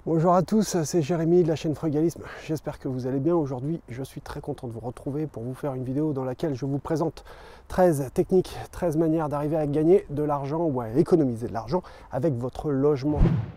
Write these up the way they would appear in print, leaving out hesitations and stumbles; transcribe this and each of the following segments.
Bonjour à tous, c'est Jérémy de la chaîne Frugalisme. J'espère que vous allez bien. Aujourd'hui, je suis très content de vous retrouver pour vous faire une vidéo dans laquelle je vous présente 13 techniques, 13 manières d'arriver à gagner de l'argent ou à économiser de l'argent avec votre logement.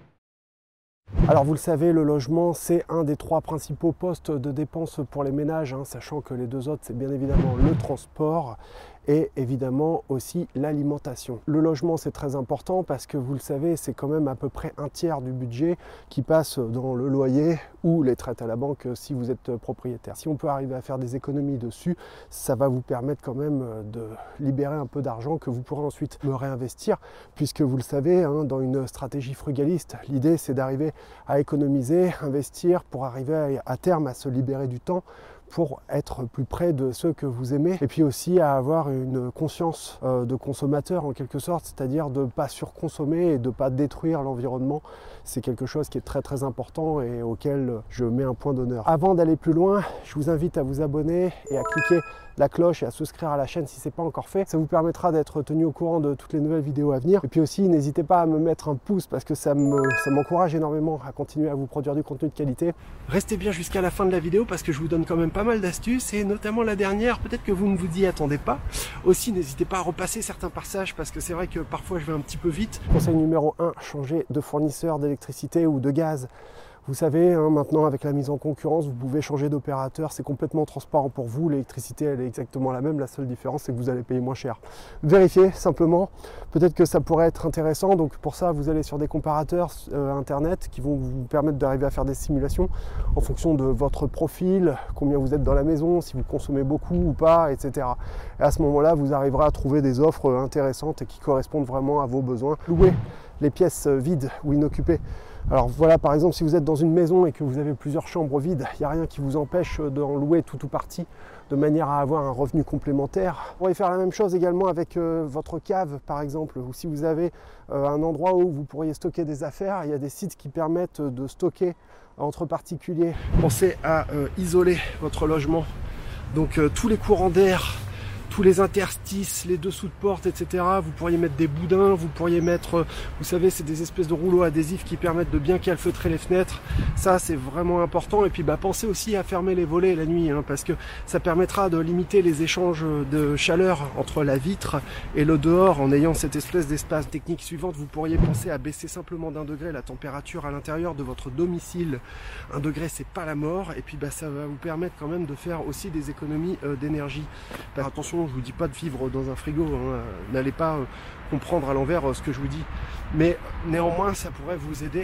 Alors vous le savez, le logement, c'est un des 3 principaux postes de dépenses pour les ménages, sachant que les 2 autres, c'est bien évidemment le transport et évidemment aussi l'alimentation. Le logement, c'est très important parce que vous le savez, c'est quand même à peu près un tiers du budget qui passe dans le loyer ou les traites à la banque si vous êtes propriétaire. Si on peut arriver à faire des économies dessus, ça va vous permettre quand même de libérer un peu d'argent que vous pourrez ensuite me réinvestir, puisque vous le savez, dans une stratégie frugaliste, l'idée c'est d'arriver à économiser, investir pour arriver à terme à se libérer du temps pour être plus près de ceux que vous aimez et puis aussi à avoir une conscience de consommateur en quelque sorte, c'est-à-dire de ne pas surconsommer et de ne pas détruire l'environnement. C'est quelque chose qui est très très important et auquel je mets un point d'honneur. Avant d'aller plus loin, je vous invite à vous abonner et à cliquer la cloche et à souscrire à la chaîne si ce n'est pas encore fait. Ça vous permettra d'être tenu au courant de toutes les nouvelles vidéos à venir. Et puis aussi, n'hésitez pas à me mettre un pouce parce que ça m'encourage énormément à continuer à vous produire du contenu de qualité. Restez bien jusqu'à la fin de la vidéo parce que je vous donne quand même pas mal d'astuces et notamment la dernière, peut-être que vous ne vous y attendez pas. Aussi, n'hésitez pas à repasser certains passages parce que c'est vrai que parfois je vais un petit peu vite. Conseil numéro 1, changer de fournisseur d'électricité ou de gaz. Vous savez, maintenant avec la mise en concurrence, vous pouvez changer d'opérateur, c'est complètement transparent pour vous, l'électricité elle est exactement la même, la seule différence c'est que vous allez payer moins cher. Vérifiez simplement, peut-être que ça pourrait être intéressant, donc pour ça vous allez sur des comparateurs internet qui vont vous permettre d'arriver à faire des simulations en fonction de votre profil, combien vous êtes dans la maison, si vous consommez beaucoup ou pas, etc. Et à ce moment-là, vous arriverez à trouver des offres intéressantes et qui correspondent vraiment à vos besoins. Louer les pièces vides ou inoccupées. Alors voilà, par exemple, si vous êtes dans une maison et que vous avez plusieurs chambres vides, il n'y a rien qui vous empêche d'en louer tout ou partie, de manière à avoir un revenu complémentaire. Vous pourriez faire la même chose également avec votre cave, par exemple, ou si vous avez un endroit où vous pourriez stocker des affaires, il y a des sites qui permettent de stocker entre particuliers. Pensez à isoler votre logement, donc tous les courants d'air, tous les interstices, les dessous de portes, etc. Vous pourriez mettre des boudins, vous pourriez mettre, vous savez, c'est des espèces de rouleaux adhésifs qui permettent de bien calfeutrer les fenêtres. Ça, c'est vraiment important. Et puis, pensez aussi à fermer les volets la nuit, parce que ça permettra de limiter les échanges de chaleur entre la vitre et le dehors en ayant cette espèce d'espace. Technique suivante, vous pourriez penser à baisser simplement d'1 degré la température à l'intérieur de votre domicile. 1 degré, c'est pas la mort. Et puis, ça va vous permettre quand même de faire aussi des économies d'énergie. Attention, je vous dis pas de vivre dans un frigo, n'allez pas comprendre à l'envers ce que je vous dis, mais néanmoins ça pourrait vous aider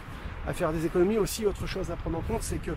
à faire des économies. Aussi, autre chose à prendre en compte, c'est que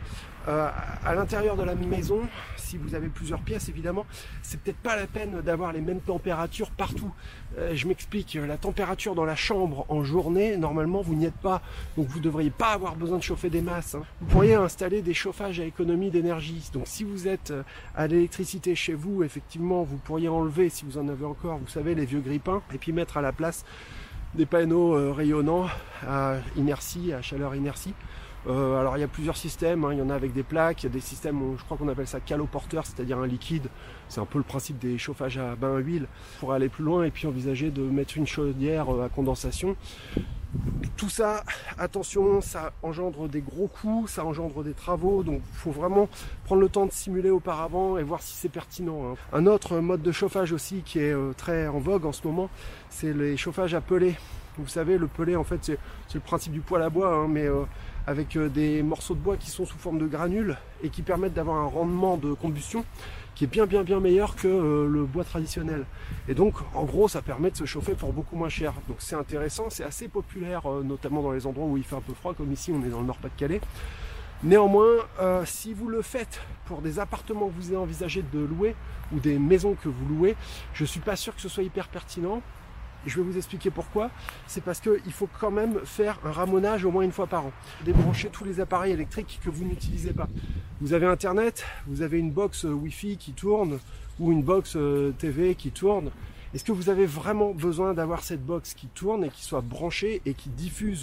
à l'intérieur de la maison, si vous avez plusieurs pièces évidemment, c'est peut-être pas la peine d'avoir les mêmes températures partout. Je m'explique, la température dans la chambre en journée, normalement vous n'y êtes pas, donc vous ne devriez pas avoir besoin de chauffer des masses. Vous pourriez installer des chauffages à économie d'énergie. Donc si vous êtes à l'électricité chez vous, effectivement vous pourriez enlever, si vous en avez encore, vous savez, les vieux grille-pains, et puis mettre à la place des panneaux rayonnants à inertie, à chaleur inertie. Alors il y a plusieurs systèmes, il y en a avec des plaques, il y a des systèmes, je crois qu'on appelle ça caloporteur, c'est-à-dire un liquide. C'est un peu le principe des chauffages à bain à huile. Pour aller plus loin et puis envisager de mettre une chaudière à condensation. Tout ça, attention, ça engendre des gros coûts, ça engendre des travaux, donc il faut vraiment prendre le temps de simuler auparavant et voir si c'est pertinent. Un autre mode de chauffage aussi qui est très en vogue en ce moment, c'est les chauffages à pellet. Vous savez, le pellet, en fait, c'est le principe du poêle à bois, mais avec des morceaux de bois qui sont sous forme de granules et qui permettent d'avoir un rendement de combustion qui est bien meilleur que le bois traditionnel. Et donc, en gros, ça permet de se chauffer pour beaucoup moins cher. Donc c'est intéressant, c'est assez populaire, notamment dans les endroits où il fait un peu froid, comme ici, on est dans le Nord-Pas-de-Calais. Néanmoins, si vous le faites pour des appartements que vous avez envisagé de louer, ou des maisons que vous louez, je ne suis pas sûr que ce soit hyper pertinent. Je vais vous expliquer pourquoi. C'est parce qu'il faut quand même faire un ramonage au moins 1 fois par an. Débrancher tous les appareils électriques que vous n'utilisez pas. Vous avez Internet, vous avez une box Wi-Fi qui tourne ou une box TV qui tourne. Est-ce que vous avez vraiment besoin d'avoir cette box qui tourne et qui soit branchée et qui diffuse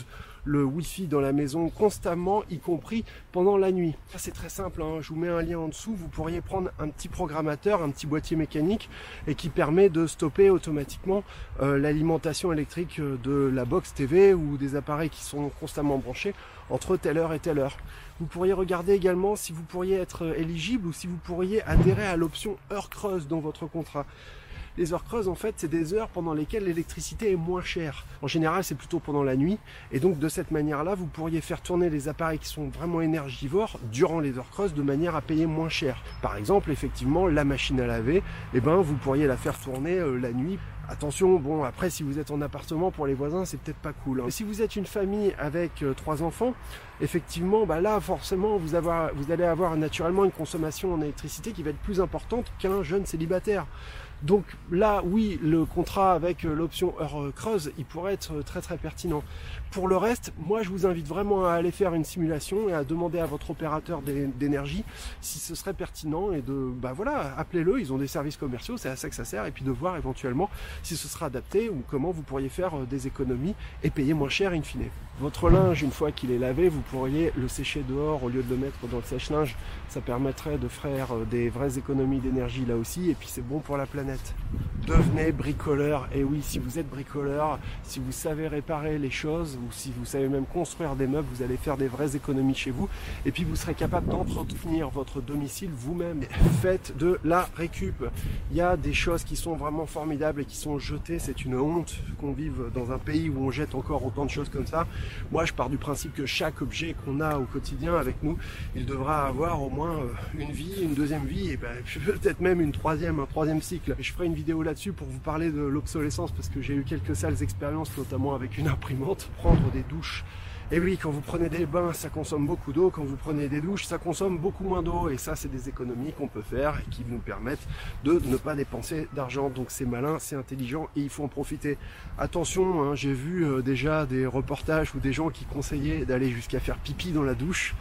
le Wi-Fi dans la maison constamment, y compris pendant la nuit. Ça c'est très simple, hein. Je vous mets un lien en dessous, vous pourriez prendre un petit programmateur, un petit boîtier mécanique et qui permet de stopper automatiquement l'alimentation électrique de la box TV ou des appareils qui sont constamment branchés entre telle heure et telle heure. Vous pourriez regarder également si vous pourriez être éligible ou si vous pourriez adhérer à l'option heure creuse dans votre contrat. Les heures creuses, en fait, c'est des heures pendant lesquelles l'électricité est moins chère. En général, c'est plutôt pendant la nuit. Et donc, de cette manière-là, vous pourriez faire tourner les appareils qui sont vraiment énergivores durant les heures creuses de manière à payer moins cher. Par exemple, effectivement, la machine à laver, vous pourriez la faire tourner la nuit. Attention, bon, après, si vous êtes en appartement, pour les voisins, c'est peut-être pas cool, hein. Si vous êtes une famille avec 3 enfants, effectivement, là, forcément, vous allez avoir naturellement une consommation en électricité qui va être plus importante qu'un jeune célibataire. Donc là, oui, le contrat avec l'option heure creuse, il pourrait être très très pertinent. Pour le reste, moi je vous invite vraiment à aller faire une simulation et à demander à votre opérateur d'énergie si ce serait pertinent et de, voilà, appelez-le, ils ont des services commerciaux, c'est à ça que ça sert, et puis de voir éventuellement si ce sera adapté ou comment vous pourriez faire des économies et payer moins cher in fine. Votre linge, une fois qu'il est lavé, vous pourriez le sécher dehors au lieu de le mettre dans le sèche-linge. Ça permettrait de faire des vraies économies d'énergie là aussi, et puis c'est bon pour la planète. Devenez bricoleur, et oui, si vous êtes bricoleur, si vous savez réparer les choses, ou si vous savez même construire des meubles, vous allez faire des vraies économies chez vous, et puis vous serez capable d'entretenir votre domicile vous-même. Faites de la récup. Il y a des choses qui sont vraiment formidables et qui sont jetées, c'est une honte qu'on vive dans un pays où on jette encore autant de choses comme ça. Moi, je pars du principe que chaque objet qu'on a au quotidien avec nous, il devra avoir au moins une vie, une deuxième vie, et peut-être même un troisième cycle. Et je ferai une vidéo là-dessus pour vous parler de l'obsolescence, parce que j'ai eu quelques sales expériences, notamment avec une imprimante. Prendre des douches. Et oui, quand vous prenez des bains, ça consomme beaucoup d'eau. Quand vous prenez des douches, ça consomme beaucoup moins d'eau. Et ça, c'est des économies qu'on peut faire et qui nous permettent de ne pas dépenser d'argent. Donc c'est malin, c'est intelligent et il faut en profiter. Attention, hein, j'ai vu déjà des reportages ou des gens qui conseillaient d'aller jusqu'à faire pipi dans la douche.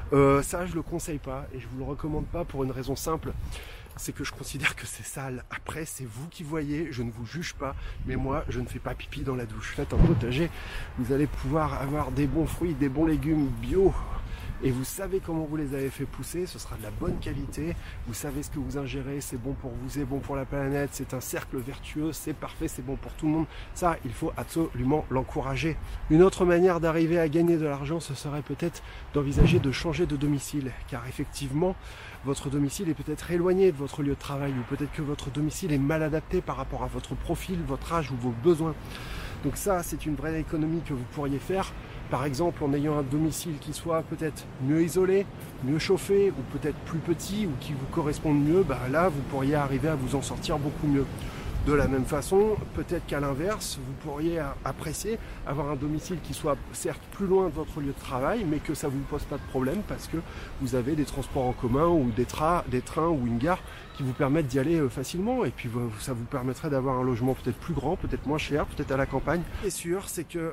Ça, je le conseille pas et je vous le recommande pas pour une raison simple. C'est que je considère que c'est sale. Après, c'est vous qui voyez, je ne vous juge pas, mais moi, je ne fais pas pipi dans la douche. Faites un potager, vous allez pouvoir avoir des bons fruits, des bons légumes bio, et vous savez comment vous les avez fait pousser, ce sera de la bonne qualité, vous savez ce que vous ingérez, c'est bon pour vous, c'est bon pour la planète, c'est un cercle vertueux, c'est parfait, c'est bon pour tout le monde. Ça, il faut absolument l'encourager. Une autre manière d'arriver à gagner de l'argent, ce serait peut-être d'envisager de changer de domicile, car effectivement, votre domicile est peut-être éloigné de votre lieu de travail, ou peut-être que votre domicile est mal adapté par rapport à votre profil, votre âge ou vos besoins. Donc ça, c'est une vraie économie que vous pourriez faire. Par exemple, en ayant un domicile qui soit peut-être mieux isolé, mieux chauffé, ou peut-être plus petit, ou qui vous corresponde mieux, là, vous pourriez arriver à vous en sortir beaucoup mieux. De la même façon, peut-être qu'à l'inverse, vous pourriez apprécier avoir un domicile qui soit certes plus loin de votre lieu de travail, mais que ça ne vous pose pas de problème parce que vous avez des transports en commun ou des trains ou une gare qui vous permettent d'y aller facilement. Et puis ça vous permettrait d'avoir un logement peut-être plus grand, peut-être moins cher, peut-être à la campagne. Ce qui est sûr, c'est que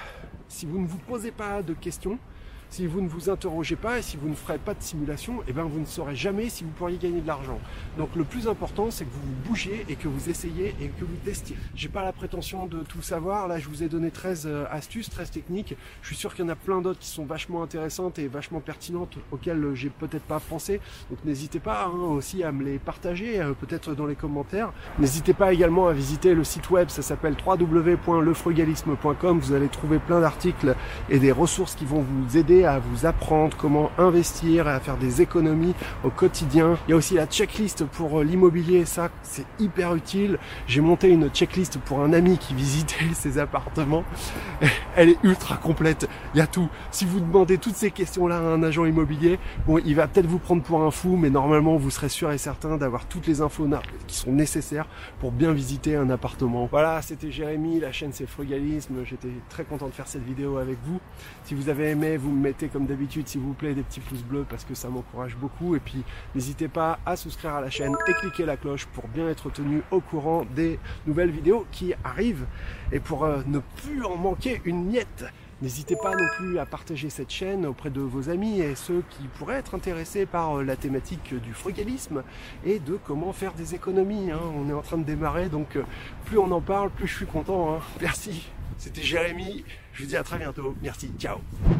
si vous ne vous posez pas de questions, si vous ne vous interrogez pas et si vous ne ferez pas de simulation, vous ne saurez jamais si vous pourriez gagner de l'argent. Donc le plus important, c'est que vous vous bougiez et que vous essayez et que vous testiez. J'ai pas la prétention de tout savoir. Là, je vous ai donné 13 astuces, 13 techniques. Je suis sûr qu'il y en a plein d'autres qui sont vachement intéressantes et vachement pertinentes auxquelles j'ai peut-être pas pensé. Donc n'hésitez pas aussi à me les partager, peut-être dans les commentaires. N'hésitez pas également à visiter le site web, ça s'appelle www.lefrugalisme.com. Vous allez trouver plein d'articles et des ressources qui vont vous aider à vous apprendre comment investir et à faire des économies au quotidien. Il y a aussi la checklist pour l'immobilier, ça c'est hyper utile. J'ai monté une checklist pour un ami qui visitait ses appartements. Elle est ultra complète, il y a tout. Si vous demandez toutes ces questions-là à un agent immobilier, bon, il va peut-être vous prendre pour un fou, mais normalement vous serez sûr et certain d'avoir toutes les infos qui sont nécessaires pour bien visiter un appartement. Voilà, c'était Jérémy, la chaîne c'est Frugalisme. J'étais très content de faire cette vidéo avec vous. Si vous avez aimé, vous me mettez comme d'habitude, s'il vous plaît, des petits pouces bleus parce que ça m'encourage beaucoup. Et puis n'hésitez pas à souscrire à la chaîne et cliquer la cloche pour bien être tenu au courant des nouvelles vidéos qui arrivent et pour ne plus en manquer une miette. N'hésitez pas non plus à partager cette chaîne auprès de vos amis et ceux qui pourraient être intéressés par la thématique du frugalisme et de comment faire des économies. On est en train de démarrer, donc plus on en parle, plus je suis content. Merci. C'était Jérémy, je vous dis à très bientôt. Merci, ciao.